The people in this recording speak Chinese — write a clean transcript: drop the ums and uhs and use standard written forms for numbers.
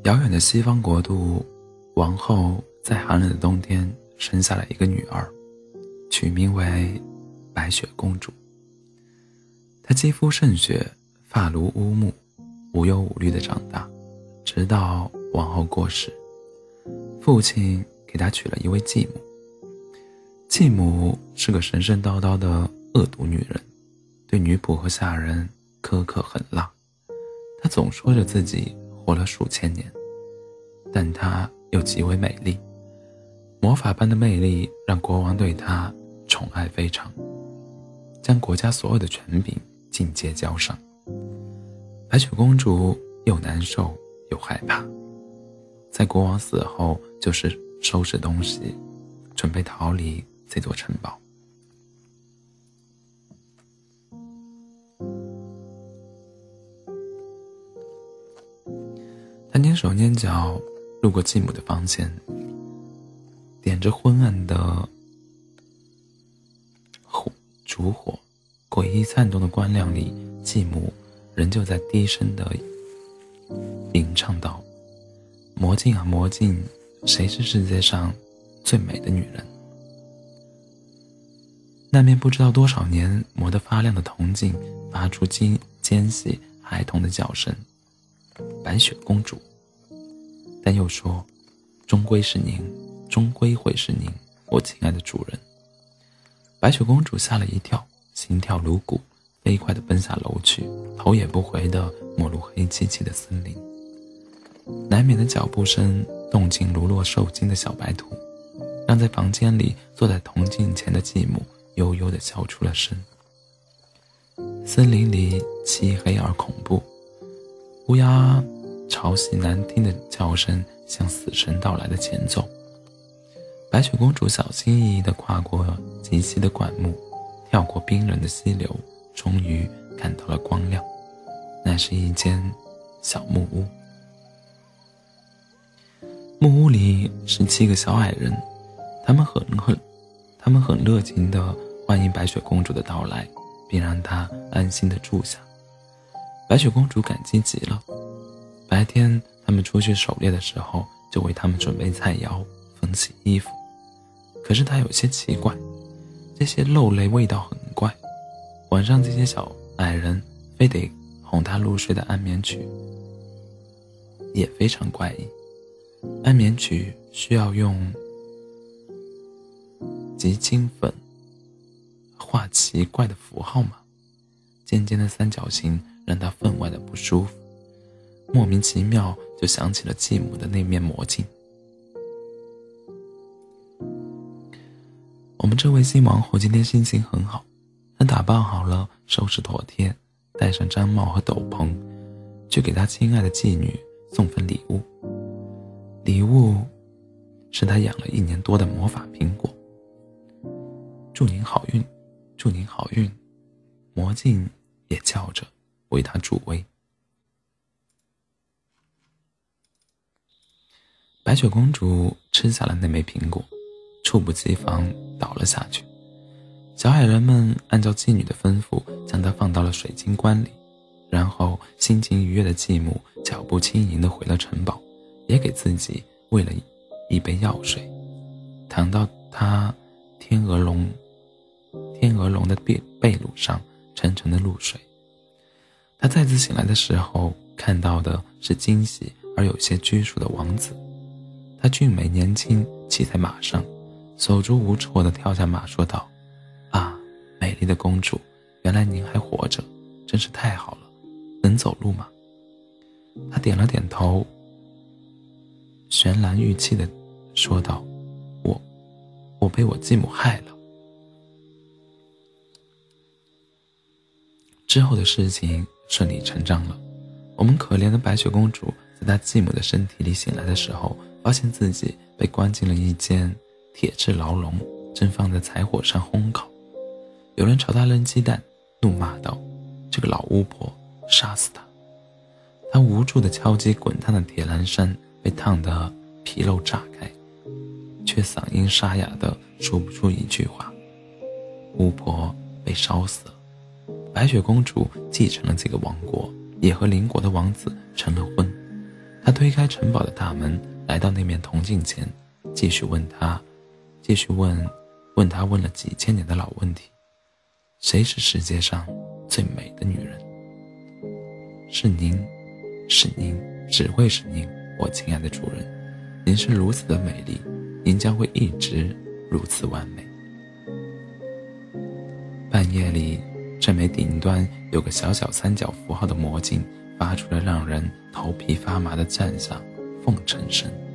遥远的西方国度，王后在寒冷的冬天生下了一个女儿，取名为白雪公主。她肌肤胜雪，发如乌木，无忧无虑地长大，直到王后过世。父亲给她娶了一位继母，继母是个神神叨叨的恶毒女人，对女仆和下人苛刻狠辣。她总说着自己活了数千年，但她又极为美丽，魔法般的魅力让国王对她宠爱非常，将国家所有的权柄尽皆交上。白雪公主又难受又害怕，在国王死后就是收拾东西，准备逃离这座城堡。她蹑手蹑脚路过继母的房间，点着昏暗的烛火，诡异颤动的光亮里，继母仍旧在低声地吟唱道：魔镜啊魔镜，谁是世界上最美的女人？那面不知道多少年磨得发亮的铜镜发出尖细孩童的叫声，白雪公主。但又说，终归是您，终归会是您，我亲爱的主人。白雪公主吓了一跳，心跳如鼓，飞快地奔下楼去，头也不回地没入黑漆漆的森林。难免的脚步声动静如落受惊的小白兔，让在房间里坐在铜镜前的继母悠悠地笑出了声。森林里漆黑而恐怖，乌鸦潮汐难听的叫声像死神到来的前奏。白雪公主小心翼翼地跨过极细的灌木，跳过冰冷的溪流，终于看到了光亮。那是一间小木屋，木屋里是7个小矮人，他们很热情地欢迎白雪公主的到来，并让她安心地住下。白雪公主感激极了，白天他们出去狩猎的时候，就为他们准备菜肴，缝洗衣服。可是她有些奇怪，这些肉类味道很怪，晚上这些小矮人非得哄她入睡的安眠曲也非常怪异。安眠曲需要用极金粉画奇怪的符号吗？尖尖的三角形让她分外的不舒服，莫名其妙就想起了继母的那面魔镜。我们这位新王后今天心情很好，她打扮好了，收拾妥帖，戴上毡帽和斗篷，去给她亲爱的继女送份礼物。礼物是她养了1年多的魔法苹果。祝您好运，祝您好运，魔镜也叫着为她助威。白雪公主吃下了那枚苹果，猝不及防倒了下去。小矮人们按照继女的吩咐，将她放到了水晶棺里，然后心情愉悦的继母脚步轻盈地回了城堡，也给自己喂了一杯药水，躺到她天鹅绒的被褥上，沉沉的入睡。她再次醒来的时候，看到的是惊喜而有些拘束的王子。他俊美年轻，骑在马上，手足无措地跳下马，说道：啊，美丽的公主，原来您还活着，真是太好了，能走路吗？他点了点头，悬然欲泣地说道：我被我继母害了。之后的事情顺理成章了。我们可怜的白雪公主在她继母的身体里醒来的时候，发现自己被关进了一间铁质牢笼，正放在柴火上烘烤。有人朝她扔鸡蛋，怒骂道：这个老巫婆，杀死她！她无助地敲击滚烫的铁栏杆，被烫得皮肉炸开，却嗓音沙哑地说不出一句话。巫婆被烧死了，白雪公主继承了这个王国，也和邻国的王子成了婚。 他推开城堡的大门，来到那面铜镜前，继续问他问了几千年的老问题：谁是世界上最美的女人？是您，是您，只会是您，我亲爱的主人。您是如此的美丽，您将会一直如此完美。半夜里，这枚顶端有个小小三角符号的魔镜发出了让人头皮发麻的赞赏奉承声。